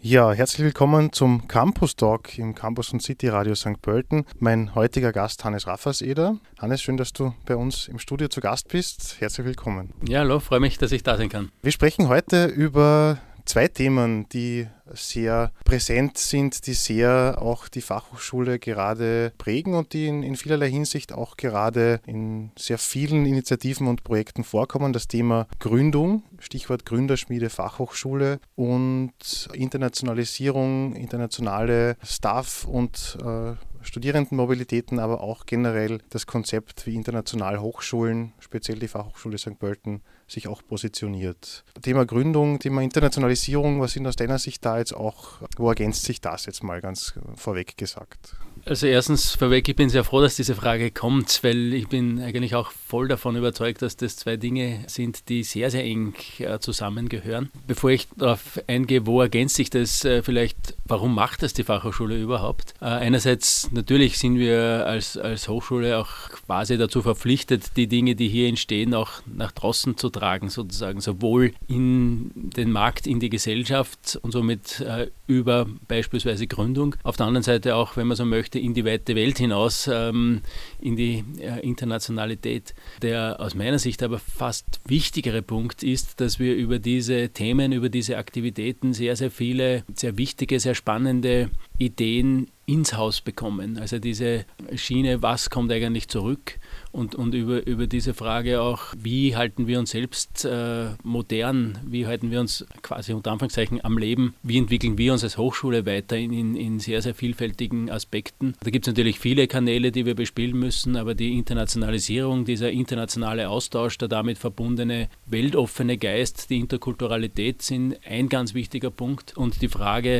Ja, herzlich willkommen zum Campus Talk im Campus und City Radio St. Pölten. Mein heutiger Gast Hannes Rafferseder. Hannes, schön, dass du bei uns im Studio zu Gast bist. Herzlich willkommen. Ja, hallo, freue mich, dass ich da sein kann. Wir sprechen heute über zwei Themen, die sehr präsent sind, die sehr auch die Fachhochschule gerade prägen und die in vielerlei Hinsicht auch gerade in sehr vielen Initiativen und Projekten vorkommen. Das Thema Gründung, Stichwort Gründerschmiede Fachhochschule, und Internationalisierung, internationale Staff- und Studierendenmobilitäten, aber auch generell das Konzept, wie international Hochschulen, speziell die Fachhochschule St. Pölten, sich auch positioniert. Thema Gründung, Thema Internationalisierung, was sind aus deiner Sicht da jetzt auch, wo ergänzt sich das jetzt mal ganz vorweg gesagt? Also erstens vorweg, ich bin sehr froh, dass diese Frage kommt, weil ich bin eigentlich auch voll davon überzeugt, dass das zwei Dinge sind, die sehr, sehr eng zusammengehören. Bevor ich darauf eingehe, wo ergänzt sich das vielleicht, warum macht das die Fachhochschule überhaupt? Einerseits natürlich sind wir als Hochschule auch quasi dazu verpflichtet, die Dinge, die hier entstehen, auch nach draußen zu tragen, sozusagen, sowohl in den Markt, in die Gesellschaft und somit über beispielsweise Gründung. Auf der anderen Seite auch, wenn man so möchte, in die weite Welt hinaus, in die Internationalität. Der aus meiner Sicht aber fast wichtigere Punkt ist, dass wir über diese Themen, über diese Aktivitäten sehr, sehr viele, sehr wichtige, sehr spannende Ideen ins Haus bekommen. Also diese Schiene, was kommt eigentlich zurück? Und über diese Frage auch, wie halten wir uns selbst modern, wie halten wir uns quasi unter Anführungszeichen am Leben, wie entwickeln wir uns als Hochschule weiter in sehr, sehr vielfältigen Aspekten. Da gibt es natürlich viele Kanäle, die wir bespielen müssen, aber die Internationalisierung, dieser internationale Austausch, der damit verbundene weltoffene Geist, die Interkulturalität sind ein ganz wichtiger Punkt. Und die Frage,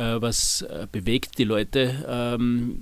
was bewegt die Leute,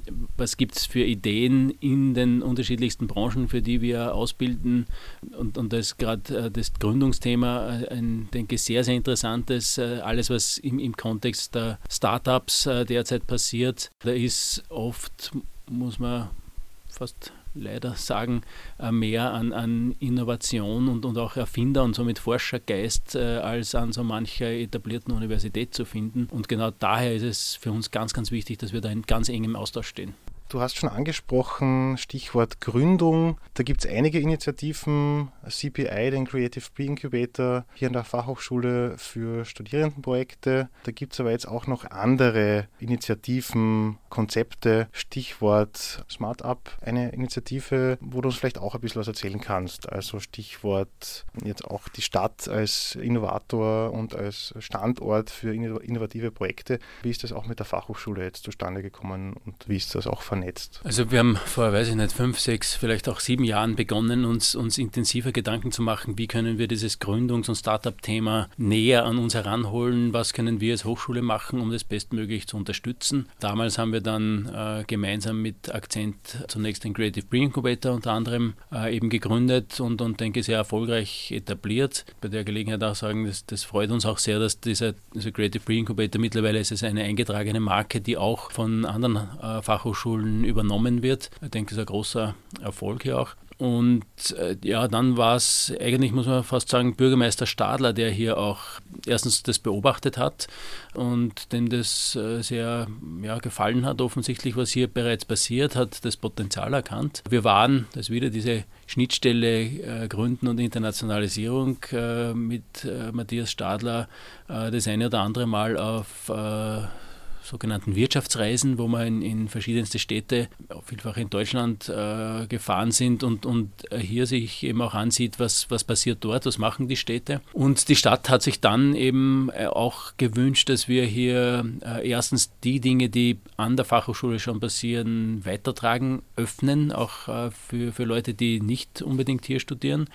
was gibt es für Ideen in den unterschiedlichsten Branchen, für die wir ausbilden, und das ist gerade das Gründungsthema ein, denke ich, sehr, sehr interessantes, alles was im Kontext der Startups derzeit passiert, da ist oft, muss man fast leider sagen, mehr an Innovation und auch Erfinder und somit Forschergeist als an so mancher etablierten Universität zu finden, und genau daher ist es für uns ganz, ganz wichtig, dass wir da in ganz engem Austausch stehen. Du hast schon angesprochen, Stichwort Gründung. Da gibt es einige Initiativen, CPI, den Creative Pre-Incubator, hier an der Fachhochschule für Studierendenprojekte. Da gibt es aber jetzt auch noch andere Initiativen, Konzepte, Stichwort Smart Up, eine Initiative, wo du uns vielleicht auch ein bisschen was erzählen kannst. Also Stichwort jetzt auch die Stadt als Innovator und als Standort für innovative Projekte. Wie ist das auch mit der Fachhochschule jetzt zustande gekommen und wie ist das auch vernetzt? Also wir haben vor, 5, 6, vielleicht auch 7 Jahren begonnen, uns intensiver Gedanken zu machen, wie können wir dieses Gründungs- und Startup-Thema näher an uns heranholen, was können wir als Hochschule machen, um das bestmöglich zu unterstützen. Damals haben wir dann gemeinsam mit Akzent zunächst den Creative Pre-Incubator unter anderem eben gegründet und denke sehr erfolgreich etabliert. Bei der Gelegenheit auch sagen, das freut uns auch sehr, dass dieser Creative Pre-Incubator mittlerweile ist es eine eingetragene Marke, die auch von anderen Fachhochschulen übernommen wird. Ich denke, das ist ein großer Erfolg hier auch. Und dann war es eigentlich, muss man fast sagen, Bürgermeister Stadler, der hier auch erstens das beobachtet hat und dem das sehr gefallen hat, offensichtlich, was hier bereits passiert, hat das Potenzial erkannt. Wir waren, das ist wieder diese Schnittstelle Gründen und Internationalisierung mit Matthias Stadler das eine oder andere Mal auf sogenannten Wirtschaftsreisen, wo wir in verschiedenste Städte, vielfach in Deutschland, gefahren sind und hier sich eben auch ansieht, was passiert dort, was machen die Städte. Und die Stadt hat sich dann eben auch gewünscht, dass wir hier erstens die Dinge, die an der Fachhochschule schon passieren, weitertragen, öffnen, auch für Leute, die nicht unbedingt hier studieren.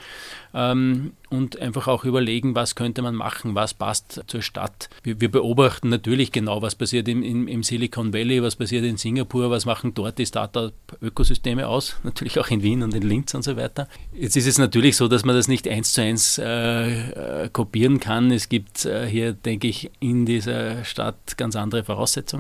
Und einfach auch überlegen, was könnte man machen, was passt zur Stadt. Wir beobachten natürlich genau, was passiert im Silicon Valley, was passiert in Singapur, was machen dort die Startup-Ökosysteme aus, natürlich auch in Wien und in Linz und so weiter. Jetzt ist es natürlich so, dass man das nicht 1:1 kopieren kann. Es gibt hier, denke ich, in dieser Stadt ganz andere Voraussetzungen.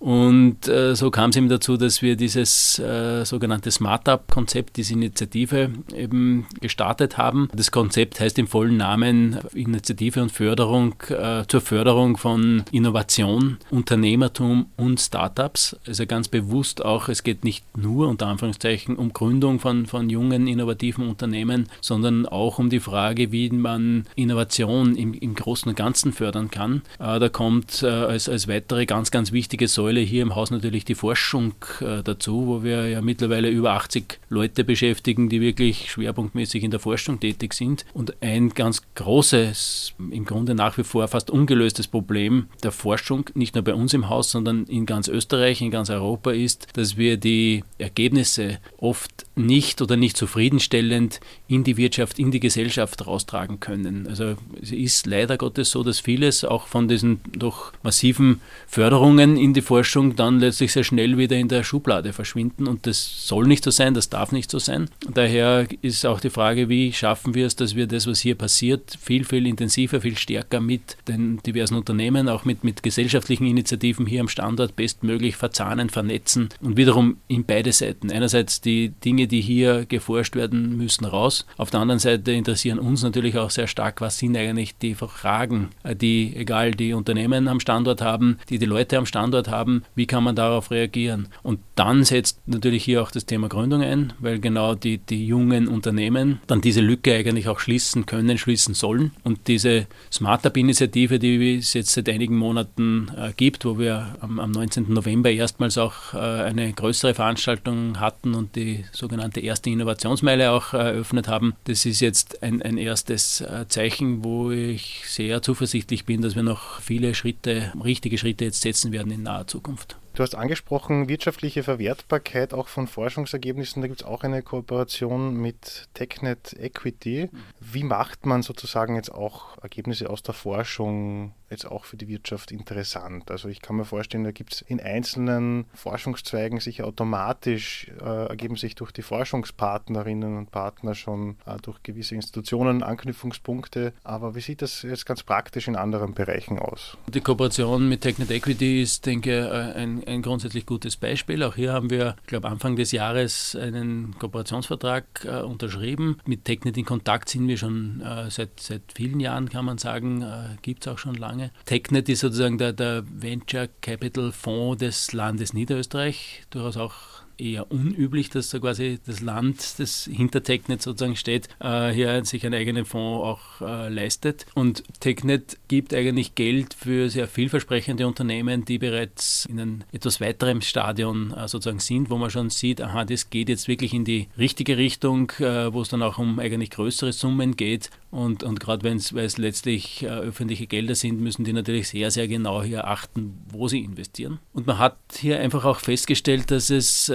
Und so kam es eben dazu, dass wir dieses sogenannte Smart-Up-Konzept, diese Initiative eben gestartet haben. Das Konzept heißt im vollen Namen Initiative und Förderung zur Förderung von Innovation, Unternehmertum und Startups. Also ganz bewusst auch, es geht nicht nur unter Anführungszeichen um Gründung von jungen, innovativen Unternehmen, sondern auch um die Frage, wie man Innovation im Großen und Ganzen fördern kann. Da kommt als weitere ganz, ganz wichtige Säule hier im Haus natürlich die Forschung dazu, wo wir ja mittlerweile über 80 Leute beschäftigen, die wirklich schwerpunktmäßig in der Forschung tätig sind. Und ein ganz großes, im Grunde nach wie vor fast ungelöstes Problem der Forschung, nicht nur bei uns im Haus, sondern in ganz Österreich, in ganz Europa ist, dass wir die Ergebnisse oft nicht oder nicht zufriedenstellend in die Wirtschaft, in die Gesellschaft raustragen können. Also es ist leider Gottes so, dass vieles auch von diesen doch massiven Förderungen in die Forschung dann letztlich sehr schnell wieder in der Schublade verschwinden und das soll nicht so sein, das darf nicht so sein. Daher ist auch die Frage, wie schaffen wir es, dass wir das, was hier passiert, viel, viel intensiver, viel stärker mit den diversen Unternehmen, auch mit gesellschaftlichen Initiativen hier am Standort bestmöglich verzahnen, vernetzen und wiederum in beide Seiten. Einerseits die Dinge, die hier geforscht werden, müssen raus. Auf der anderen Seite interessieren uns natürlich auch sehr stark, was sind eigentlich die Fragen, die, egal die Unternehmen am Standort haben, die Leute am Standort haben, wie kann man darauf reagieren? Und dann setzt natürlich hier auch das Thema Gründung ein, weil genau die jungen Unternehmen dann diese Lücke eigentlich auch schließen können, schließen sollen. Und diese Smart-Up-Initiative, die es jetzt seit einigen Monaten gibt, wo wir am 19. November erstmals auch eine größere Veranstaltung hatten und die sogenannte erste Innovationsmeile auch eröffnet haben, das ist jetzt ein erstes Zeichen, wo ich sehr zuversichtlich bin, dass wir noch viele richtige Schritte jetzt setzen werden in naher Zukunft. Du hast angesprochen, wirtschaftliche Verwertbarkeit auch von Forschungsergebnissen. Da gibt es auch eine Kooperation mit TechNet Equity. Wie macht man sozusagen jetzt auch Ergebnisse aus der Forschung jetzt auch für die Wirtschaft interessant? Also ich kann mir vorstellen, da gibt es in einzelnen Forschungszweigen sicher automatisch, ergeben sich durch die Forschungspartnerinnen und Partner schon durch gewisse Institutionen Anknüpfungspunkte. Aber wie sieht das jetzt ganz praktisch in anderen Bereichen aus? Die Kooperation mit TechNet Equity ist, denke ich, ein grundsätzlich gutes Beispiel. Auch hier haben wir, ich glaube, Anfang des Jahres einen Kooperationsvertrag unterschrieben. Mit TechNet in Kontakt sind wir schon seit vielen Jahren, kann man sagen, gibt es auch schon lange. TechNet ist sozusagen der Venture Capital Fonds des Landes Niederösterreich, durchaus auch eher unüblich, dass so quasi das Land, das hinter TechNet sozusagen steht, hier sich einen eigenen Fonds auch leistet. Und TechNet gibt eigentlich Geld für sehr vielversprechende Unternehmen, die bereits in einem etwas weiteren Stadion sozusagen sind, wo man schon sieht, aha, das geht jetzt wirklich in die richtige Richtung, wo es dann auch um eigentlich größere Summen geht. Und gerade weil es letztlich öffentliche Gelder sind, müssen die natürlich sehr, sehr genau hier achten, wo sie investieren. Und man hat hier einfach auch festgestellt, dass es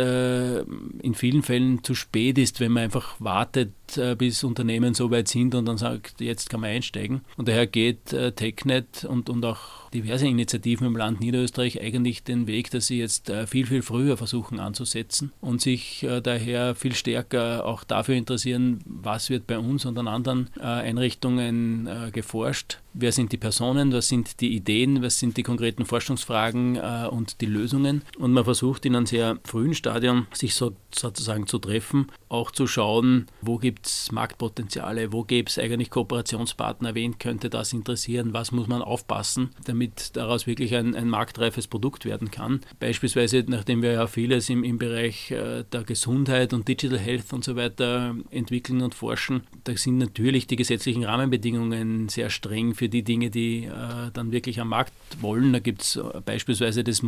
in vielen Fällen zu spät ist, wenn man einfach wartet, bis Unternehmen so weit sind und dann sagt, jetzt kann man einsteigen. Und daher geht TechNet und auch diverse Initiativen im Land Niederösterreich eigentlich den Weg, dass sie jetzt viel, viel früher versuchen anzusetzen und sich daher viel stärker auch dafür interessieren, was wird bei uns und an anderen Einrichtungen geforscht. Wer sind die Personen, was sind die Ideen, was sind die konkreten Forschungsfragen und die Lösungen. Und man versucht in einem sehr frühen Stadium, sich sozusagen zu treffen, auch zu schauen, wo gibt es Marktpotenziale, wo gibt es eigentlich Kooperationspartner, wen könnte das interessieren, was muss man aufpassen, damit daraus wirklich ein marktreifes Produkt werden kann. Beispielsweise, nachdem wir ja vieles im Bereich der Gesundheit und Digital Health und so weiter entwickeln und forschen, da sind natürlich die gesetzlichen Rahmenbedingungen sehr streng für die Dinge, die dann wirklich am Markt wollen. Da gibt es beispielsweise das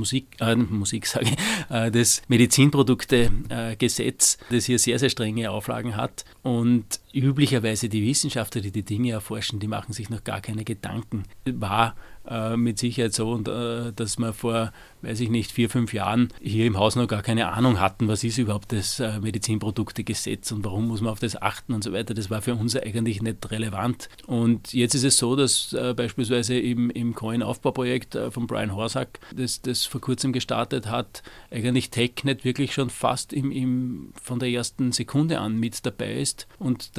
das Medizinproduktegesetz, das hier sehr, sehr strenge Auflagen hat. Und üblicherweise die Wissenschaftler, die die Dinge erforschen, die machen sich noch gar keine Gedanken. War mit Sicherheit so, dass wir vor, 4, 5 Jahren hier im Haus noch gar keine Ahnung hatten, was ist überhaupt das Medizinproduktegesetz und warum muss man auf das achten und so weiter. Das war für uns eigentlich nicht relevant. Und jetzt ist es so, dass beispielsweise im Coin-Aufbauprojekt von Brian Horsack, das vor kurzem gestartet hat, eigentlich TechNet wirklich schon fast von der ersten Sekunde an mit dabei ist und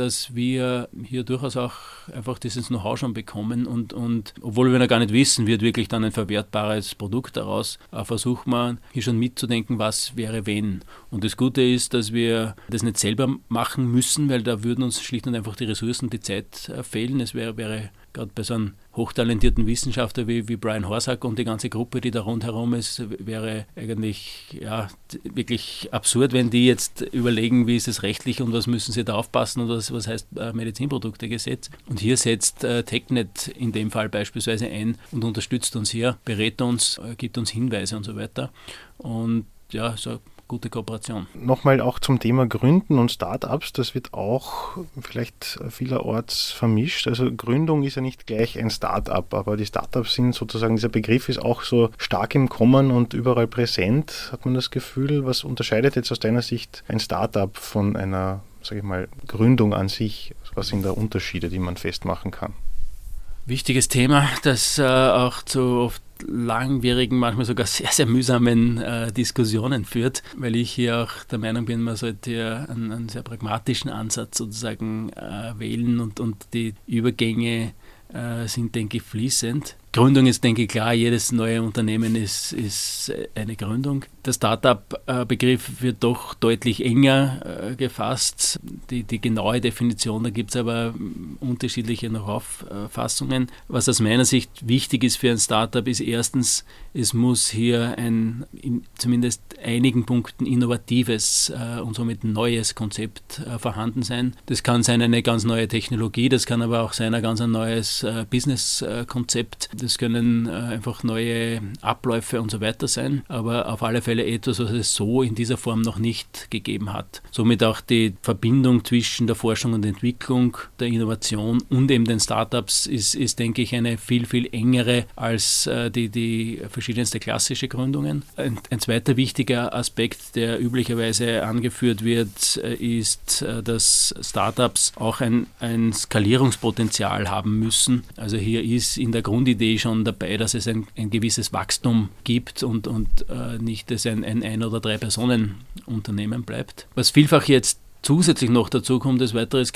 dass wir hier durchaus auch einfach dieses Know-how schon bekommen und obwohl wir noch gar nicht wissen, wird wirklich dann ein verwertbares Produkt daraus, versucht man hier schon mitzudenken, was wäre wenn. Und das Gute ist, dass wir das nicht selber machen müssen, weil da würden uns schlicht und einfach die Ressourcen, die Zeit fehlen. Es wäre gerade bei so einem hochtalentierten Wissenschaftler wie Brian Horsack und die ganze Gruppe, die da rundherum ist, wäre eigentlich wirklich absurd, wenn die jetzt überlegen, wie ist es rechtlich und was müssen sie da aufpassen und was heißt Medizinproduktegesetz. Und hier setzt TechNet in dem Fall beispielsweise ein und unterstützt uns hier, berät uns, gibt uns Hinweise und so weiter. Und ja, so gute Kooperation. Nochmal auch zum Thema Gründen und Startups, das wird auch vielleicht vielerorts vermischt. Also Gründung ist ja nicht gleich ein Startup, aber die Startups sind sozusagen, dieser Begriff ist auch so stark im Kommen und überall präsent, hat man das Gefühl. Was unterscheidet jetzt aus deiner Sicht ein Startup von einer, sage ich mal, Gründung an sich? Was sind da Unterschiede, die man festmachen kann? Wichtiges Thema, das auch zu oft langwierigen, manchmal sogar sehr, sehr mühsamen Diskussionen führt, weil ich hier auch der Meinung bin, man sollte hier einen sehr pragmatischen Ansatz sozusagen wählen und die Übergänge sind, denke ich, fließend. Gründung ist, denke ich, klar, jedes neue Unternehmen ist eine Gründung. Der Startup-Begriff wird doch deutlich enger gefasst. Die genaue Definition, da gibt es aber unterschiedliche noch Auffassungen. Was aus meiner Sicht wichtig ist für ein Startup, ist erstens, es muss hier ein in zumindest einigen Punkten innovatives und somit neues Konzept vorhanden sein. Das kann sein eine ganz neue Technologie, das kann aber auch sein ein ganz neues Business-Konzept. Das können einfach neue Abläufe und so weiter sein, aber auf alle Fälle etwas, was es so in dieser Form noch nicht gegeben hat. Somit auch die Verbindung zwischen der Forschung und Entwicklung, der Innovation und eben den Startups ist, denke ich, eine viel, viel engere als die verschiedenste klassische Gründungen. Ein zweiter wichtiger Aspekt, der üblicherweise angeführt wird, ist, dass Startups auch ein Skalierungspotenzial haben müssen. Also hier ist in der Grundidee schon dabei, dass es ein gewisses Wachstum gibt und nicht, dass ein oder 3 Personen Unternehmen bleibt. Was vielfach jetzt zusätzlich noch dazu kommt, als weiteres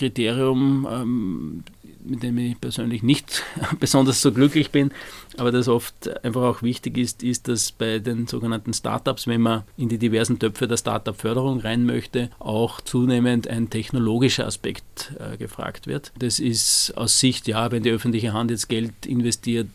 Kriterium, mit dem ich persönlich nicht besonders so glücklich bin, aber das oft einfach auch wichtig ist, dass bei den sogenannten Startups, wenn man in die diversen Töpfe der Startup-Förderung rein möchte, auch zunehmend ein technologischer Aspekt gefragt wird. Das ist aus Sicht, wenn die öffentliche Hand jetzt Geld investiert,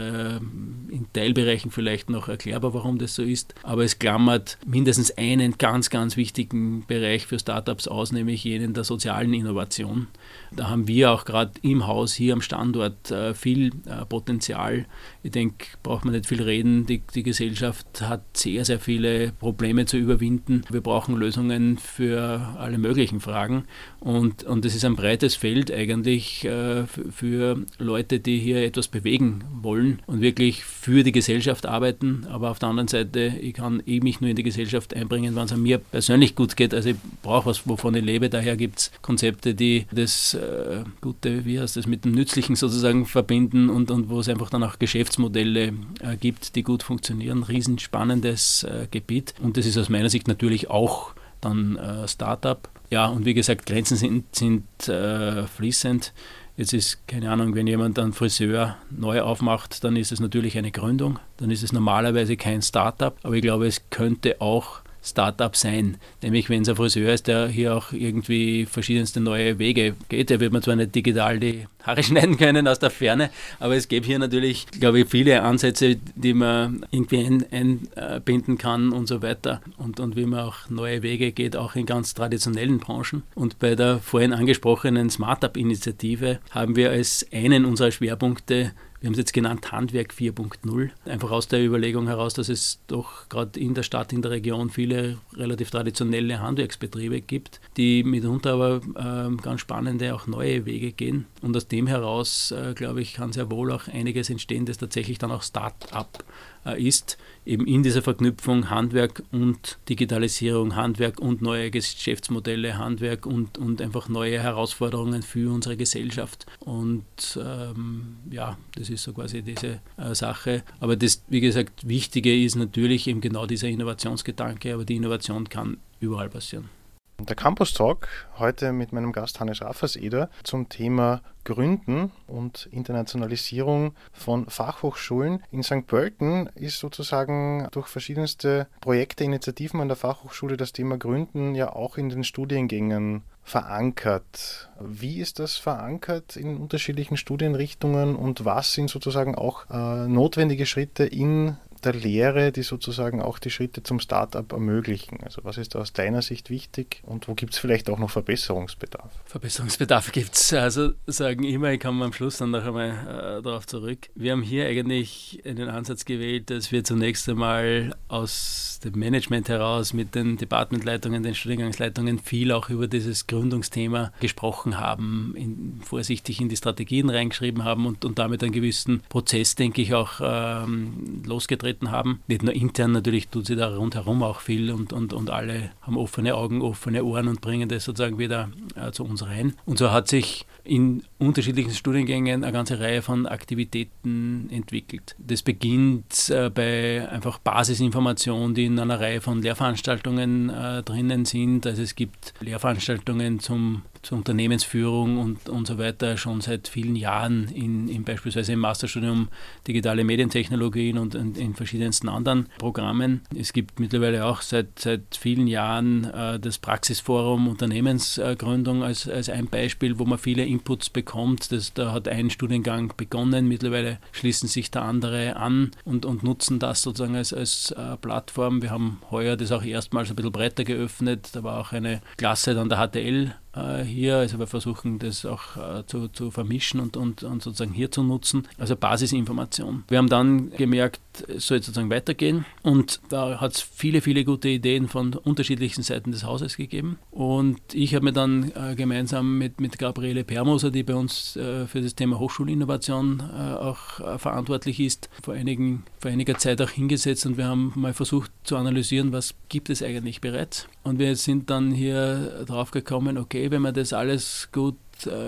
in Teilbereichen vielleicht noch erklärbar, warum das so ist, aber es klammert mindestens einen ganz, ganz wichtigen Bereich für Startups aus, nämlich jenen der sozialen Innovation. Da haben wir auch gerade im Haus hier am Standort viel Potenzial. Ich denke, braucht man nicht viel reden. Die Gesellschaft hat sehr, sehr viele Probleme zu überwinden. Wir brauchen Lösungen für alle möglichen Fragen. Und das ist ein breites Feld eigentlich für Leute, die hier etwas bewegen wollen und wirklich für die Gesellschaft arbeiten. Aber auf der anderen Seite, ich kann mich nur in die Gesellschaft einbringen, wenn es mir persönlich gut geht. Also ich brauche was, wovon ich lebe. Daher gibt es Konzepte, die das Gute, mit dem Nützlichen sozusagen verbinden und wo es einfach dann auch Geschäftsmodelle gibt, die gut funktionieren. Riesenspannendes Gebiet. Und das ist aus meiner Sicht natürlich auch dann Startup. Ja, und wie gesagt, Grenzen sind fließend. Jetzt ist, keine Ahnung, wenn jemand einen Friseur neu aufmacht, dann ist es natürlich eine Gründung. Dann ist es normalerweise kein Startup. Aber ich glaube, es könnte auch Startup sein. Nämlich, wenn es ein Friseur ist, der hier auch irgendwie verschiedenste neue Wege geht. Der wird man zwar nicht digital die Haare schneiden können aus der Ferne, aber es gäbe hier natürlich, glaube ich, viele Ansätze, die man irgendwie einbinden kann und so weiter. Und wie man auch neue Wege geht, auch in ganz traditionellen Branchen. Und bei der vorhin angesprochenen Smartup-Initiative haben wir als einen unserer Schwerpunkte, wir haben es jetzt genannt, Handwerk 4.0. Einfach aus der Überlegung heraus, dass es doch gerade in der Stadt, in der Region viele relativ traditionelle Handwerksbetriebe gibt, die mitunter aber ganz spannende, auch neue Wege gehen. Und aus dem heraus, glaube ich, kann sehr wohl auch einiges entstehen, das tatsächlich dann auch Start-up ist, eben in dieser Verknüpfung Handwerk und Digitalisierung, Handwerk und neue Geschäftsmodelle, Handwerk und einfach neue Herausforderungen für unsere Gesellschaft. Und das ist so quasi diese Sache. Aber das, wie gesagt, Wichtige ist natürlich eben genau dieser Innovationsgedanke, aber die Innovation kann überall passieren. Der Campus Talk heute mit meinem Gast Hannes Rafferseder zum Thema Gründen und Internationalisierung von Fachhochschulen. In St. Pölten ist sozusagen durch verschiedenste Projekte, Initiativen an der Fachhochschule das Thema Gründen ja auch in den Studiengängen verankert. Wie ist das verankert in unterschiedlichen Studienrichtungen und was sind sozusagen auch notwendige Schritte in der Lehre, die sozusagen auch die Schritte zum Start-up ermöglichen? Also was ist da aus deiner Sicht wichtig und wo gibt es vielleicht auch noch Verbesserungsbedarf? Verbesserungsbedarf gibt es, also sagen immer, ich komme am Schluss dann noch einmal darauf zurück. Wir haben hier eigentlich einen Ansatz gewählt, dass wir zunächst einmal aus dem Management heraus mit den Departmentleitungen, den Studiengangsleitungen viel auch über dieses Gründungsthema gesprochen haben, vorsichtig in die Strategien reingeschrieben haben und damit einen gewissen Prozess, denke ich, auch losgetreten haben. Nicht nur intern, natürlich tut sie da rundherum auch viel und alle haben offene Augen, offene Ohren und bringen das sozusagen wieder zu uns rein. Und so hat sich in unterschiedlichen Studiengängen eine ganze Reihe von Aktivitäten entwickelt. Das beginnt bei einfach Basisinformationen, die in einer Reihe von Lehrveranstaltungen drinnen sind. Also es gibt Lehrveranstaltungen zur Unternehmensführung und so weiter schon seit vielen Jahren beispielsweise im Masterstudium Digitale Medientechnologien und in verschiedensten anderen Programmen. Es gibt mittlerweile auch seit vielen Jahren das Praxisforum Unternehmensgründung als ein Beispiel, wo man viele Inputs bekommt. Da hat ein Studiengang begonnen, mittlerweile schließen sich da andere an und nutzen das sozusagen als Plattform. Wir haben heuer das auch erstmals ein bisschen breiter geöffnet. Da war auch eine Klasse dann der HTL hier, also wir versuchen das auch zu vermischen und sozusagen hier zu nutzen, also Basisinformation. Wir haben dann gemerkt, es soll sozusagen weitergehen und da hat es viele, viele gute Ideen von unterschiedlichsten Seiten des Hauses gegeben und ich habe mir dann gemeinsam mit Gabriele Permoser, die bei uns für das Thema Hochschulinnovation auch verantwortlich ist, vor einiger Zeit auch hingesetzt und wir haben mal versucht zu analysieren, was gibt es eigentlich bereits. Und wir sind dann hier drauf gekommen, okay, wenn man das alles gut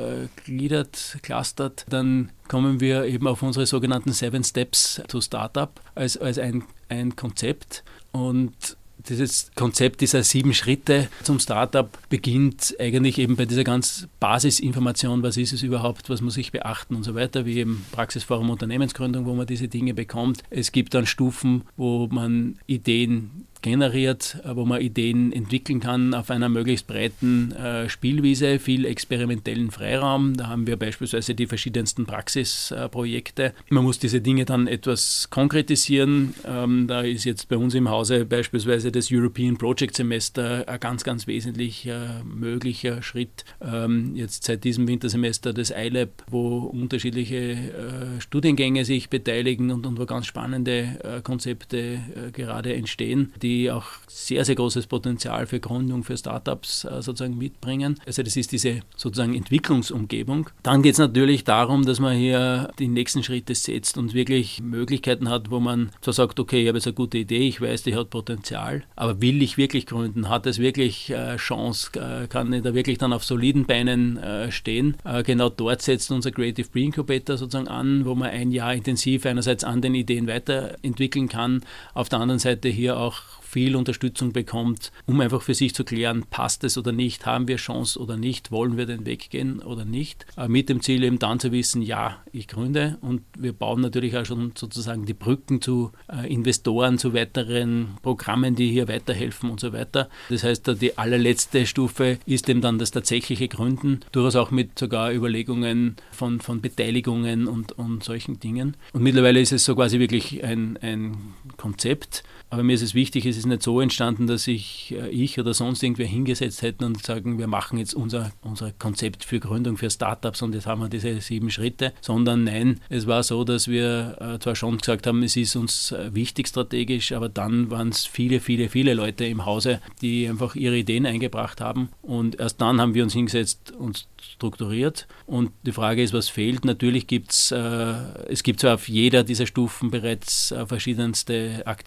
gliedert, clustert, dann kommen wir eben auf unsere sogenannten 7 Steps to Startup als ein Konzept. Und dieses Konzept dieser 7 Schritte zum Startup beginnt eigentlich eben bei dieser ganz Basisinformation, was ist es überhaupt, was muss ich beachten und so weiter, wie eben Praxisforum Unternehmensgründung, wo man diese Dinge bekommt. Es gibt dann Stufen, wo man Ideen generiert, wo man Ideen entwickeln kann auf einer möglichst breiten Spielwiese, viel experimentellen Freiraum. Da haben wir beispielsweise die verschiedensten Praxisprojekte. Man muss diese Dinge dann etwas konkretisieren. Da ist jetzt bei uns im Hause beispielsweise das European Project Semester ein ganz, ganz wesentlicher möglicher Schritt. Jetzt seit diesem Wintersemester das iLab, wo unterschiedliche Studiengänge sich beteiligen und wo ganz spannende Konzepte gerade entstehen, die auch sehr, sehr großes Potenzial für Gründung, für Startups sozusagen mitbringen. Also das ist diese sozusagen Entwicklungsumgebung. Dann geht es natürlich darum, dass man hier die nächsten Schritte setzt und wirklich Möglichkeiten hat, wo man zwar sagt, okay, ich habe jetzt eine gute Idee, ich weiß, die hat Potenzial, aber will ich wirklich gründen? Hat es wirklich Chance? Kann ich da wirklich dann auf soliden Beinen stehen? Genau dort setzt unser Creative Pre-Incubator sozusagen an, wo man ein Jahr intensiv einerseits an den Ideen weiterentwickeln kann, auf der anderen Seite hier auch viel Unterstützung bekommt, um einfach für sich zu klären, passt es oder nicht, haben wir Chance oder nicht, wollen wir den Weg gehen oder nicht. Mit dem Ziel eben dann zu wissen, ja, ich gründe und wir bauen natürlich auch schon sozusagen die Brücken zu Investoren, zu weiteren Programmen, die hier weiterhelfen und so weiter. Das heißt, die allerletzte Stufe ist eben dann das tatsächliche Gründen, durchaus auch mit sogar Überlegungen von Beteiligungen und solchen Dingen. Und mittlerweile ist es so quasi wirklich ein Konzept, aber mir ist es wichtig, es ist nicht so entstanden, dass ich oder sonst irgendwer hingesetzt hätten und sagen, wir machen jetzt unser Konzept für Gründung, für Startups und jetzt haben wir diese 7 Schritte, sondern nein, es war so, dass wir zwar schon gesagt haben, es ist uns wichtig strategisch, aber dann waren es viele, viele, viele Leute im Hause, die einfach ihre Ideen eingebracht haben und erst dann haben wir uns hingesetzt und strukturiert und die Frage ist, was fehlt? Natürlich es gibt zwar auf jeder dieser Stufen bereits verschiedenste Aktivitäten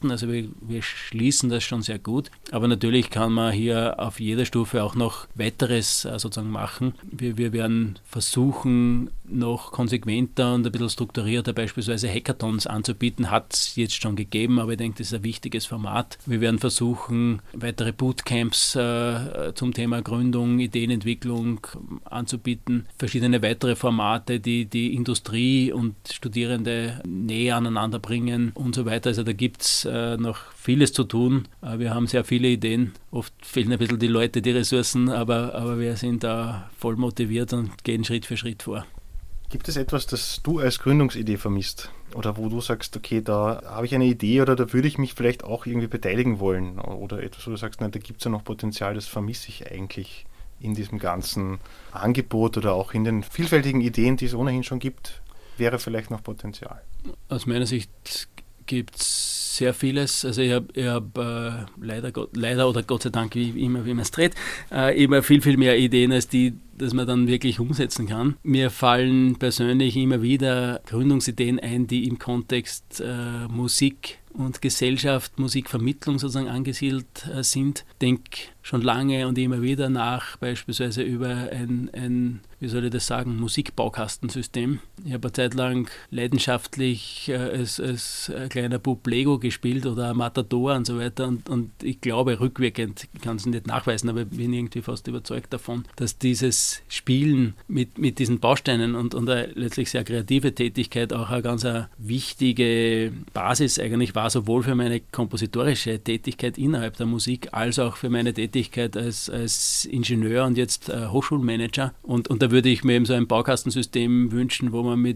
starten. Also wir schließen das schon sehr gut. Aber natürlich kann man hier auf jeder Stufe auch noch weiteres sozusagen machen. Wir werden versuchen, noch konsequenter und ein bisschen strukturierter beispielsweise Hackathons anzubieten. Hat es jetzt schon gegeben, aber ich denke, das ist ein wichtiges Format. Wir werden versuchen, weitere Bootcamps zum Thema Gründung, Ideenentwicklung anzubieten. Verschiedene weitere Formate, die Industrie und Studierende näher aneinander bringen und so weiter. Also da gibt es noch vieles zu tun. Wir haben sehr viele Ideen. Oft fehlen ein bisschen die Leute, die Ressourcen, aber wir sind da voll motiviert und gehen Schritt für Schritt vor. Gibt es etwas, das du als Gründungsidee vermisst? Oder wo du sagst, okay, da habe ich eine Idee oder da würde ich mich vielleicht auch irgendwie beteiligen wollen? Oder etwas, wo du sagst, nein, da gibt es ja noch Potenzial, das vermisse ich eigentlich in diesem ganzen Angebot oder auch in den vielfältigen Ideen, die es ohnehin schon gibt, wäre vielleicht noch Potenzial? Aus meiner Sicht gibt es sehr vieles. Also ich habe leider oder Gott sei Dank, wie immer, wie man es dreht, immer viel mehr Ideen als die, dass man dann wirklich umsetzen kann. Mir fallen persönlich immer wieder Gründungsideen ein, die im Kontext Musik und Gesellschaft, Musikvermittlung sozusagen angesiedelt sind. Ich denke schon lange und immer wieder nach, beispielsweise über ein Musikbaukastensystem. Ich habe eine Zeit lang leidenschaftlich als kleiner Bub Lego gespielt oder Matador und so weiter und ich glaube rückwirkend, ich kann es nicht nachweisen, aber bin irgendwie fast überzeugt davon, dass dieses Spielen mit diesen Bausteinen und eine letztlich sehr kreative Tätigkeit auch eine ganz wichtige Basis eigentlich war, sowohl für meine kompositorische Tätigkeit innerhalb der Musik als auch für meine Tätigkeit als Ingenieur und jetzt Hochschulmanager. Und da würde ich mir eben so ein Baukastensystem wünschen, wo man mit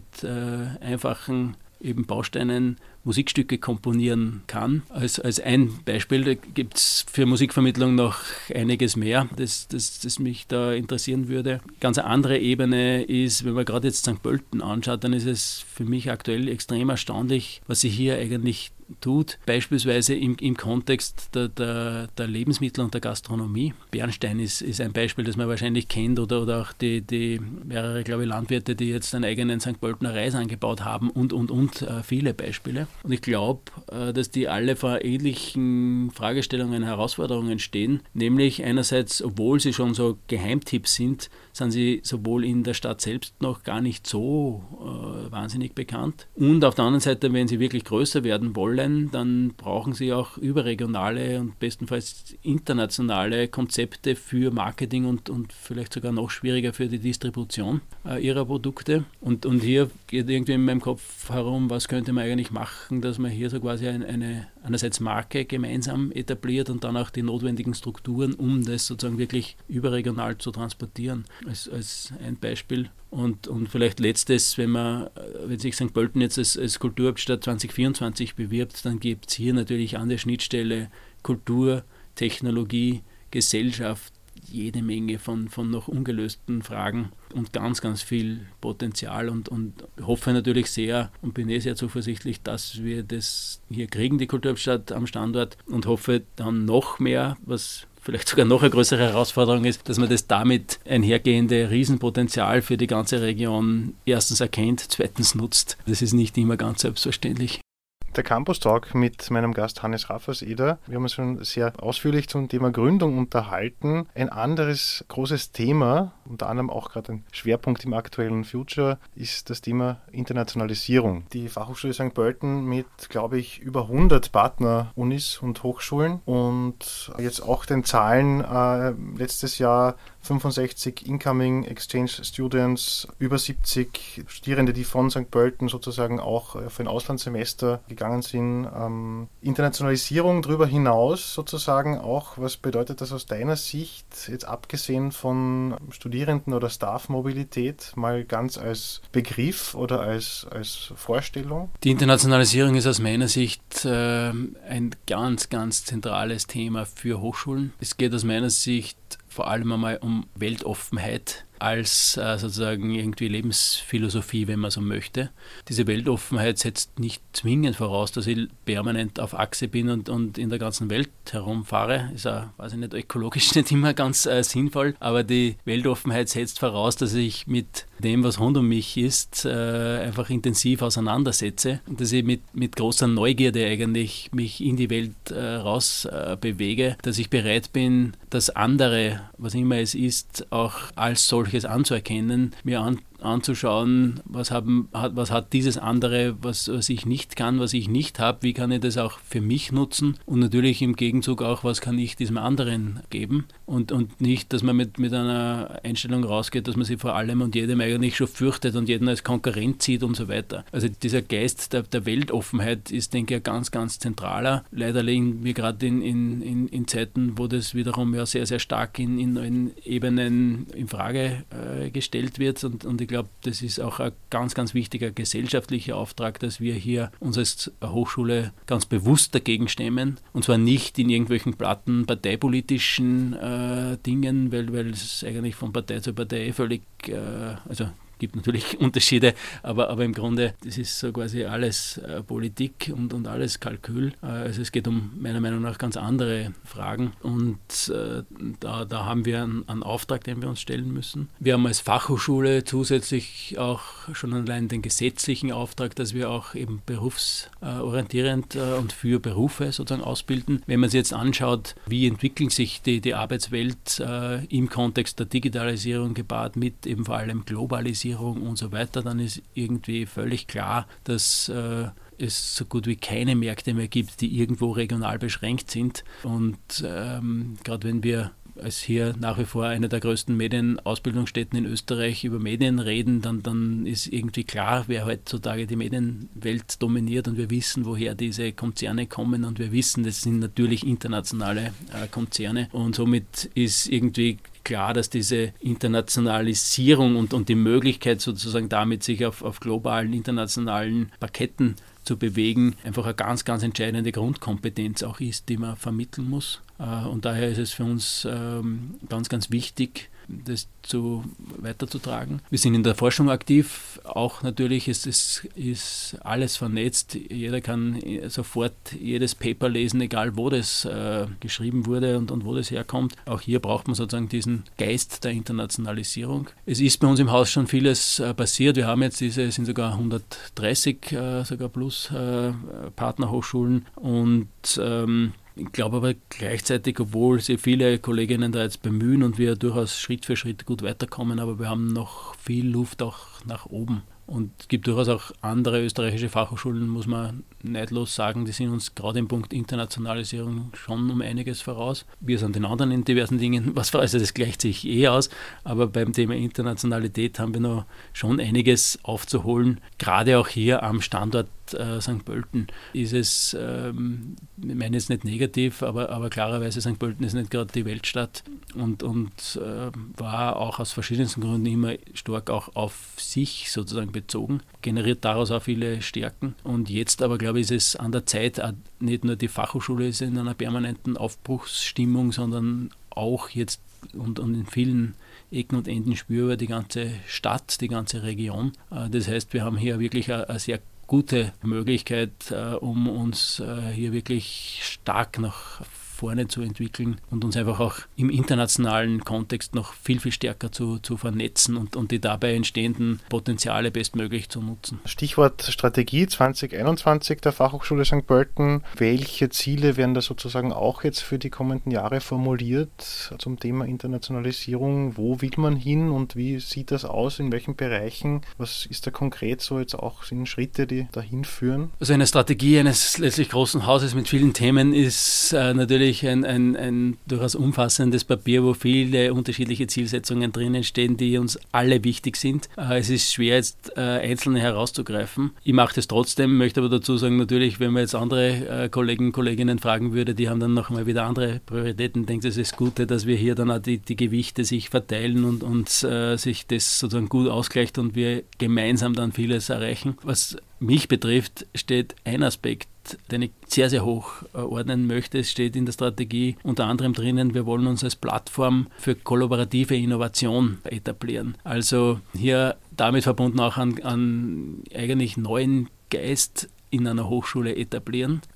einfachen eben Bausteinen Musikstücke komponieren kann. Als ein Beispiel, da gibt es für Musikvermittlung noch einiges mehr, das mich da interessieren würde. Ganz eine andere Ebene ist, wenn man gerade jetzt St. Pölten anschaut, dann ist es für mich aktuell extrem erstaunlich, was sich hier eigentlich tut, beispielsweise im Kontext der Lebensmittel und der Gastronomie. Bernstein ist ein Beispiel, das man wahrscheinlich kennt, oder auch die mehrere, glaube ich, Landwirte, die jetzt einen eigenen St. Pöltener Reis angebaut haben und viele Beispiele. Und ich glaube, dass die alle vor ähnlichen Fragestellungen, Herausforderungen stehen, nämlich einerseits, obwohl sie schon so Geheimtipps sind sie sowohl in der Stadt selbst noch gar nicht so wahnsinnig bekannt. Und auf der anderen Seite, wenn sie wirklich größer werden wollen, dann brauchen sie auch überregionale und bestenfalls internationale Konzepte für Marketing und vielleicht sogar noch schwieriger für die Distribution ihrer Produkte. Und hier geht irgendwie in meinem Kopf herum, was könnte man eigentlich machen, dass man hier so quasi eine einerseits Marke gemeinsam etabliert und dann auch die notwendigen Strukturen, um das sozusagen wirklich überregional zu transportieren, als ein Beispiel. Und vielleicht letztes, wenn sich St. Pölten jetzt als Kulturhauptstadt 2024 bewirbt, dann gibt es hier natürlich an der Schnittstelle Kultur, Technologie, Gesellschaft, jede Menge von noch ungelösten Fragen und ganz, ganz viel Potenzial und hoffe natürlich sehr und bin sehr zuversichtlich, dass wir das hier kriegen, die Kulturhauptstadt am Standort, und hoffe dann noch mehr, was vielleicht sogar noch eine größere Herausforderung ist, dass man das damit einhergehende Riesenpotenzial für die ganze Region erstens erkennt, zweitens nutzt. Das ist nicht immer ganz selbstverständlich. Der Campus Talk mit meinem Gast Hannes Rafferseder. Wir haben uns schon sehr ausführlich zum Thema Gründung unterhalten. Ein anderes großes Thema, unter anderem auch gerade ein Schwerpunkt im aktuellen Future, ist das Thema Internationalisierung. Die Fachhochschule St. Pölten mit, glaube ich, über 100 Partner-Unis und Hochschulen und jetzt auch den Zahlen letztes Jahr 65 Incoming Exchange Students, über 70 Studierende, die von St. Pölten sozusagen auch für ein Auslandssemester gegangen sind. Internationalisierung darüber hinaus sozusagen auch, was bedeutet das aus deiner Sicht, jetzt abgesehen von Studierenden- oder Staff-Mobilität, mal ganz als Begriff oder als Vorstellung? Die Internationalisierung ist aus meiner Sicht ein ganz, ganz zentrales Thema für Hochschulen. Es geht aus meiner Sicht vor allem einmal um Weltoffenheit als sozusagen irgendwie Lebensphilosophie, wenn man so möchte. Diese Weltoffenheit setzt nicht zwingend voraus, dass ich permanent auf Achse bin und in der ganzen Welt herumfahre. Ist auch, weiß ich nicht, ökologisch nicht immer ganz sinnvoll, aber die Weltoffenheit setzt voraus, dass ich mit dem, was rund um mich ist, einfach intensiv auseinandersetze und dass ich mit großer Neugierde eigentlich mich in die Welt raus bewege, dass ich bereit bin, das andere, was immer es ist, auch als solches anzuerkennen, mir anzuschauen, was hat dieses andere, was ich nicht kann, was ich nicht habe, wie kann ich das auch für mich nutzen und natürlich im Gegenzug auch, was kann ich diesem anderen geben und nicht, dass man mit einer Einstellung rausgeht, dass man sich vor allem und jedem eigentlich schon fürchtet und jeden als Konkurrent sieht und so weiter. Also dieser Geist der Weltoffenheit ist, denke ich, ein ganz, ganz zentraler. Leider leben wir gerade in Zeiten, wo das wiederum ja sehr, sehr stark in neuen Ebenen in Frage gestellt wird und ich glaube, das ist auch ein ganz, ganz wichtiger gesellschaftlicher Auftrag, dass wir hier uns als Hochschule ganz bewusst dagegen stemmen. Und zwar nicht in irgendwelchen platten parteipolitischen Dingen, weil es eigentlich von Partei zu Partei völlig, gibt natürlich Unterschiede, aber im Grunde, das ist so quasi alles Politik und alles Kalkül. Also es geht um meiner Meinung nach ganz andere Fragen und da haben wir einen Auftrag, den wir uns stellen müssen. Wir haben als Fachhochschule zusätzlich auch schon allein den gesetzlichen Auftrag, dass wir auch eben berufsorientierend und für Berufe sozusagen ausbilden. Wenn man sich jetzt anschaut, wie entwickelt sich die Arbeitswelt im Kontext der Digitalisierung gepaart mit eben vor allem Globalisierung und so weiter, dann ist irgendwie völlig klar, dass es so gut wie keine Märkte mehr gibt, die irgendwo regional beschränkt sind. Und gerade wenn wir als hier nach wie vor eine der größten Medienausbildungsstätten in Österreich über Medien reden, dann ist irgendwie klar, wer heutzutage die Medienwelt dominiert und wir wissen, woher diese Konzerne kommen und wir wissen, das sind natürlich internationale Konzerne und somit ist irgendwie klar, dass diese Internationalisierung und die Möglichkeit sozusagen damit sich auf globalen, internationalen Parketten zu bewegen, einfach eine ganz, ganz entscheidende Grundkompetenz auch ist, die man vermitteln muss. Und daher ist es für uns ganz, ganz wichtig, das weiterzutragen. Wir sind in der Forschung aktiv, auch natürlich ist alles vernetzt. Jeder kann sofort jedes Paper lesen, egal wo das geschrieben wurde und wo das herkommt. Auch hier braucht man sozusagen diesen Geist der Internationalisierung. Es ist bei uns im Haus schon vieles passiert. Wir haben jetzt sind sogar 130 sogar plus Partnerhochschulen und ich glaube aber gleichzeitig, obwohl sich viele Kolleginnen da jetzt bemühen und wir durchaus Schritt für Schritt gut weiterkommen, aber wir haben noch viel Luft auch nach oben. Und es gibt durchaus auch andere österreichische Fachhochschulen, muss man neidlos sagen, die sind uns gerade im Punkt Internationalisierung schon um einiges voraus. Wir sind den anderen in diversen Dingen also das gleicht sich aus, aber beim Thema Internationalität haben wir noch schon einiges aufzuholen. Gerade auch hier am Standort St. Pölten ist es, ich meine jetzt nicht negativ, aber klarerweise St. Pölten ist nicht gerade die Weltstadt und war auch aus verschiedensten Gründen immer stark auch auf sich sozusagen bezogen, generiert daraus auch viele Stärken und jetzt aber glaube ich ist es an der Zeit, nicht nur die Fachhochschule ist in einer permanenten Aufbruchsstimmung, sondern auch jetzt und in vielen Ecken und Enden spürbar die ganze Stadt, die ganze Region. Das heißt, wir haben hier wirklich eine sehr gute Möglichkeit, um uns hier wirklich stark nach vorne zu entwickeln und uns einfach auch im internationalen Kontext noch viel, viel stärker zu vernetzen und die dabei entstehenden Potenziale bestmöglich zu nutzen. Stichwort Strategie 2021 der Fachhochschule St. Pölten. Welche Ziele werden da sozusagen auch jetzt für die kommenden Jahre formuliert zum Thema Internationalisierung? Wo will man hin und wie sieht das aus? In welchen Bereichen? Was ist da konkret so jetzt auch sind Schritte, die dahin führen? Also eine Strategie eines letztlich großen Hauses mit vielen Themen ist natürlich ein durchaus umfassendes Papier, wo viele unterschiedliche Zielsetzungen drinnen stehen, die uns alle wichtig sind. Es ist schwer, jetzt einzelne herauszugreifen. Ich mache das trotzdem, möchte aber dazu sagen, natürlich, wenn man jetzt andere Kolleginnen fragen würde, die haben dann noch mal wieder andere Prioritäten. Ich denke, das ist das Gute, dass wir hier dann auch die Gewichte sich verteilen und sich das sozusagen gut ausgleicht und wir gemeinsam dann vieles erreichen. Was mich betrifft, steht ein Aspekt, den ich sehr, sehr hoch ordnen möchte. Es steht in der Strategie unter anderem drinnen, wir wollen uns als Plattform für kollaborative Innovation etablieren. Also hier damit verbunden auch an eigentlich neuen Geist in einer Hochschule etablieren.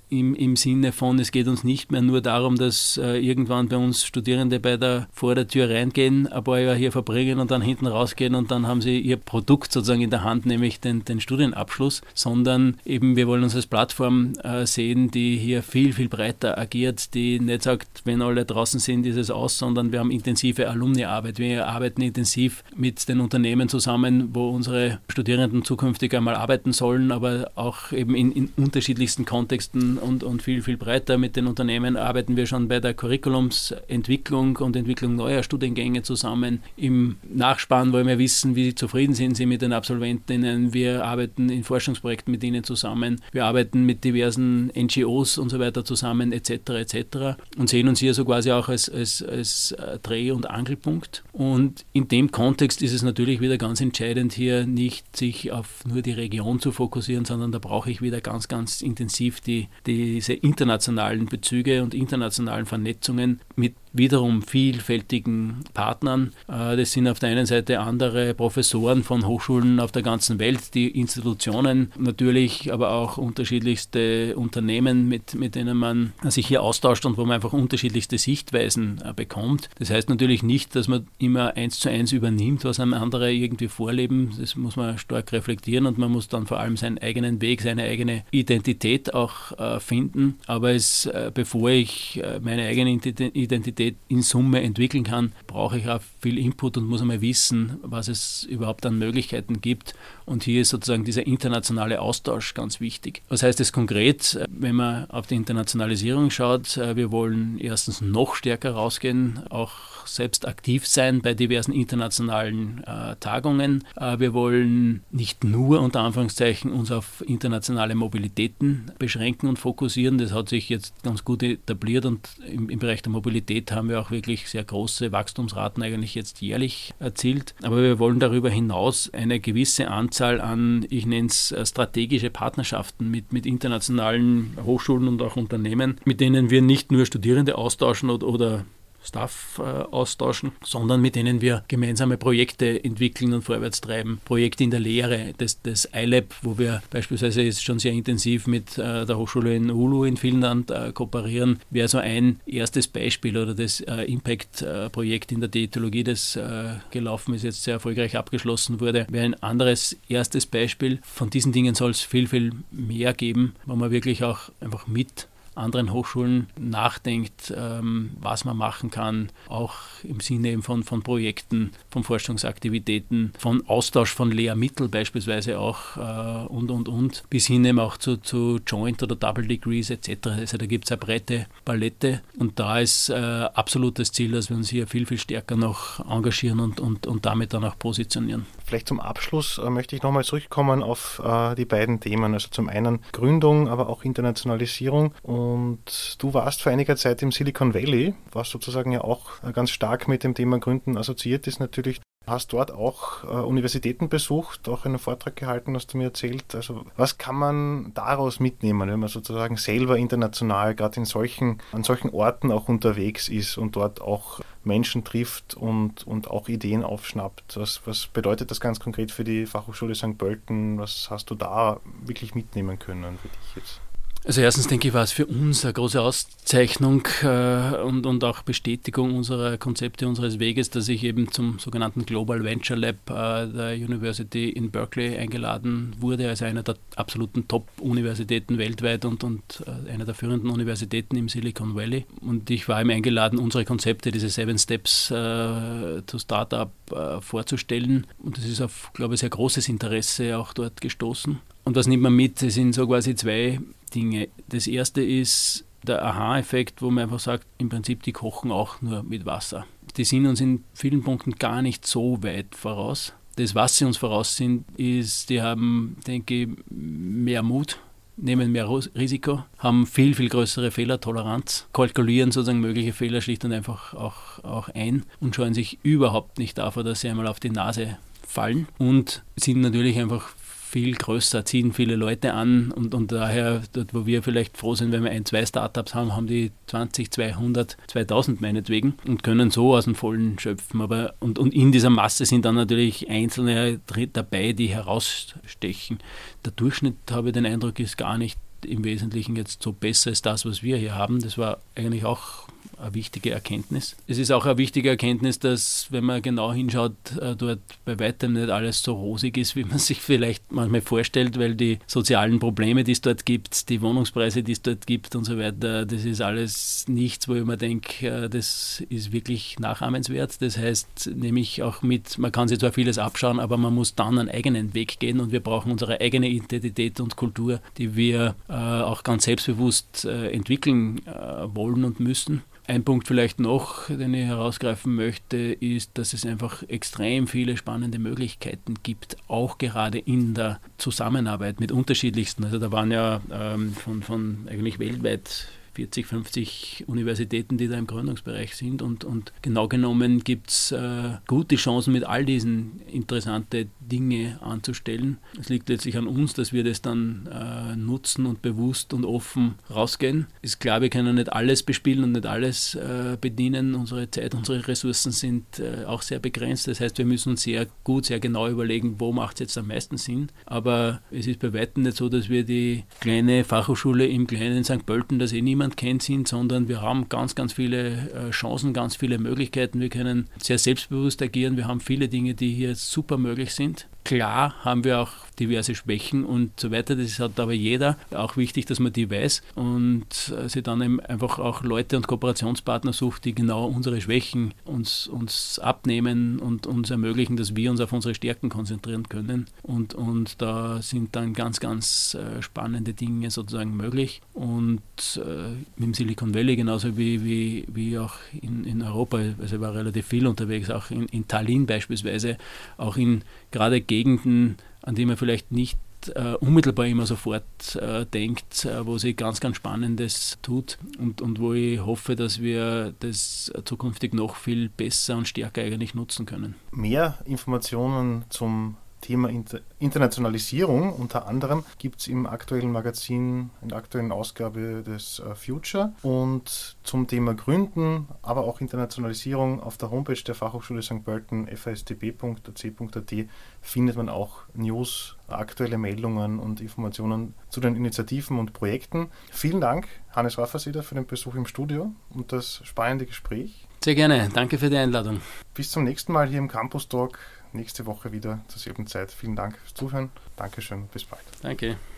im Sinne von, es geht uns nicht mehr nur darum, dass irgendwann bei uns Studierende vor der Tür reingehen, ein paar Jahre hier verbringen und dann hinten rausgehen und dann haben sie ihr Produkt sozusagen in der Hand, nämlich den Studienabschluss, sondern eben wir wollen uns als Plattform sehen, die hier viel, viel breiter agiert, die nicht sagt, wenn alle draußen sind, ist es aus, sondern wir haben intensive Alumni-Arbeit. Wir arbeiten intensiv mit den Unternehmen zusammen, wo unsere Studierenden zukünftig einmal arbeiten sollen, aber auch eben in unterschiedlichsten Kontexten und viel, viel breiter. Mit den Unternehmen arbeiten wir schon bei der Curriculumsentwicklung und Entwicklung neuer Studiengänge zusammen. Im Nachspann wollen wir wissen, wie zufrieden sind sie mit den Absolventinnen. Wir arbeiten in Forschungsprojekten mit ihnen zusammen. Wir arbeiten mit diversen NGOs und so weiter zusammen, etc. und sehen uns hier so quasi auch als Dreh- und Angelpunkt. Und in dem Kontext ist es natürlich wieder ganz entscheidend, hier nicht sich auf nur die Region zu fokussieren, sondern da brauche ich wieder ganz, ganz intensiv diese internationalen Bezüge und internationalen Vernetzungen mit wiederum vielfältigen Partnern. Das sind auf der einen Seite andere Professoren von Hochschulen auf der ganzen Welt, die Institutionen natürlich, aber auch unterschiedlichste Unternehmen, mit denen man sich hier austauscht und wo man einfach unterschiedlichste Sichtweisen bekommt. Das heißt natürlich nicht, dass man immer 1:1 übernimmt, was einem andere irgendwie vorleben. Das muss man stark reflektieren und man muss dann vor allem seinen eigenen Weg, seine eigene Identität auch finden. Aber bevor ich meine eigene Identität in Summe entwickeln kann, brauche ich auch viel Input und muss einmal wissen, was es überhaupt an Möglichkeiten gibt. Und hier ist sozusagen dieser internationale Austausch ganz wichtig. Was heißt das konkret, wenn man auf die Internationalisierung schaut? Wir wollen erstens noch stärker rausgehen, auch selbst aktiv sein bei diversen internationalen Tagungen. Wir wollen nicht nur unter Anführungszeichen uns auf internationale Mobilitäten beschränken und fokussieren. Das hat sich jetzt ganz gut etabliert und im Bereich der Mobilität haben wir auch wirklich sehr große Wachstumsraten eigentlich jetzt jährlich erzielt. Aber wir wollen darüber hinaus eine gewisse Anzahl an, ich nenne es strategische Partnerschaften mit internationalen Hochschulen und auch Unternehmen, mit denen wir nicht nur Studierende austauschen oder Staff austauschen, sondern mit denen wir gemeinsame Projekte entwickeln und vorwärts treiben. Projekte in der Lehre, das iLab, wo wir beispielsweise jetzt schon sehr intensiv mit der Hochschule in Oulu in Finnland kooperieren, wäre so ein erstes Beispiel oder das Impact-Projekt in der Diätologie, das gelaufen ist, jetzt sehr erfolgreich abgeschlossen wurde, wäre ein anderes erstes Beispiel. Von diesen Dingen soll es viel, viel mehr geben, wo man wirklich auch einfach mit anderen Hochschulen nachdenkt, was man machen kann, auch im Sinne eben von Projekten, von Forschungsaktivitäten, von Austausch von Lehrmitteln beispielsweise auch und, bis hin eben auch zu Joint oder Double Degrees etc. Also da gibt es eine breite Palette und da ist absolut das Ziel, dass wir uns hier viel, viel stärker noch engagieren und damit dann auch positionieren. Vielleicht zum Abschluss möchte ich nochmal zurückkommen auf die beiden Themen, also zum einen Gründung, aber auch Internationalisierung. Und du warst vor einiger Zeit im Silicon Valley, was sozusagen ja auch ganz stark mit dem Thema Gründen assoziiert ist natürlich. Hast dort auch Universitäten besucht, auch einen Vortrag gehalten, hast du mir erzählt. Also was kann man daraus mitnehmen, wenn man sozusagen selber international gerade an solchen Orten auch unterwegs ist und dort auch Menschen trifft und auch Ideen aufschnappt? Was bedeutet das ganz konkret für die Fachhochschule St. Pölten? Was hast du da wirklich mitnehmen können für dich jetzt? Also erstens denke ich, war es für uns eine große Auszeichnung und auch Bestätigung unserer Konzepte, unseres Weges, dass ich eben zum sogenannten Global Venture Lab der University in Berkeley eingeladen wurde, also einer der absoluten Top-Universitäten weltweit und einer der führenden Universitäten im Silicon Valley. Und ich war eben eingeladen, unsere Konzepte, diese 7 Steps to Startup vorzustellen. Und das ist auf, glaube ich, sehr großes Interesse auch dort gestoßen. Und was nimmt man mit? Es sind so quasi 2 Dinge. Das erste ist der Aha-Effekt, wo man einfach sagt, im Prinzip, die kochen auch nur mit Wasser. Die sind uns in vielen Punkten gar nicht so weit voraus. Das, was sie uns voraus sind, ist, die haben, denke ich, mehr Mut, nehmen mehr Risiko, haben viel, viel größere Fehlertoleranz, kalkulieren sozusagen mögliche Fehler schlicht und einfach auch ein und scheuen sich überhaupt nicht davor, dass sie einmal auf die Nase fallen und sind natürlich einfach viel größer, ziehen viele Leute an und daher, dort wo wir vielleicht froh sind, wenn wir 1, 2 Startups haben, haben die 20, 200, 2000 meinetwegen und können so aus dem Vollen schöpfen. Aber und in dieser Masse sind dann natürlich Einzelne dabei, die herausstechen. Der Durchschnitt, habe ich den Eindruck, ist gar nicht im Wesentlichen jetzt so besser als das, was wir hier haben. Das war eigentlich auch eine wichtige Erkenntnis. Es ist auch eine wichtige Erkenntnis, dass, wenn man genau hinschaut, dort bei weitem nicht alles so rosig ist, wie man sich vielleicht manchmal vorstellt, weil die sozialen Probleme, die es dort gibt, die Wohnungspreise, die es dort gibt und so weiter, das ist alles nichts, wo ich mir denke, das ist wirklich nachahmenswert. Das heißt, nämlich auch man kann sich zwar vieles abschauen, aber man muss dann einen eigenen Weg gehen und wir brauchen unsere eigene Identität und Kultur, die wir auch ganz selbstbewusst entwickeln wollen und müssen. Ein Punkt vielleicht noch, den ich herausgreifen möchte, ist, dass es einfach extrem viele spannende Möglichkeiten gibt, auch gerade in der Zusammenarbeit mit unterschiedlichsten. Also da waren ja von eigentlich weltweit 40, 50 Universitäten, die da im Gründungsbereich sind und genau genommen gibt es gute Chancen, mit all diesen interessante Dinge anzustellen. Es liegt letztlich an uns, dass wir das dann nutzen und bewusst und offen rausgehen. Ist klar, wir können nicht alles bespielen und nicht alles bedienen. Unsere Zeit, unsere Ressourcen sind auch sehr begrenzt. Das heißt, wir müssen uns sehr gut, sehr genau überlegen, wo macht es jetzt am meisten Sinn. Aber es ist bei weitem nicht so, dass wir die kleine Fachhochschule im kleinen St. Pölten, das niemand kennt, sind, sondern wir haben ganz, ganz viele Chancen, ganz viele Möglichkeiten. Wir können sehr selbstbewusst agieren. Wir haben viele Dinge, die hier super möglich sind. Klar haben wir auch diverse Schwächen und so weiter. Das hat aber jeder. Auch wichtig, dass man die weiß und sich dann eben einfach auch Leute und Kooperationspartner sucht, die genau unsere Schwächen uns abnehmen und uns ermöglichen, dass wir uns auf unsere Stärken konzentrieren können. Und da sind dann ganz, ganz spannende Dinge sozusagen möglich. Und mit dem Silicon Valley genauso wie auch in Europa, also ich war relativ viel unterwegs, auch in Tallinn beispielsweise, auch in gerade Gegenden, an die man vielleicht nicht unmittelbar immer sofort denkt, wo sich ganz, ganz Spannendes tut und wo ich hoffe, dass wir das zukünftig noch viel besser und stärker eigentlich nutzen können. Mehr Informationen zum Thema Internationalisierung unter anderem gibt es im aktuellen Magazin, in der aktuellen Ausgabe des Future, und zum Thema Gründen, aber auch Internationalisierung auf der Homepage der Fachhochschule St. Pölten, fastb.ac.at, findet man auch News, aktuelle Meldungen und Informationen zu den Initiativen und Projekten. Vielen Dank, Hannes Rafferseder, für den Besuch im Studio und das spannende Gespräch. Sehr gerne, danke für die Einladung. Bis zum nächsten Mal hier im Campus Talk. Nächste Woche wieder zur selben Zeit. Vielen Dank fürs Zuhören. Dankeschön, bis bald. Danke.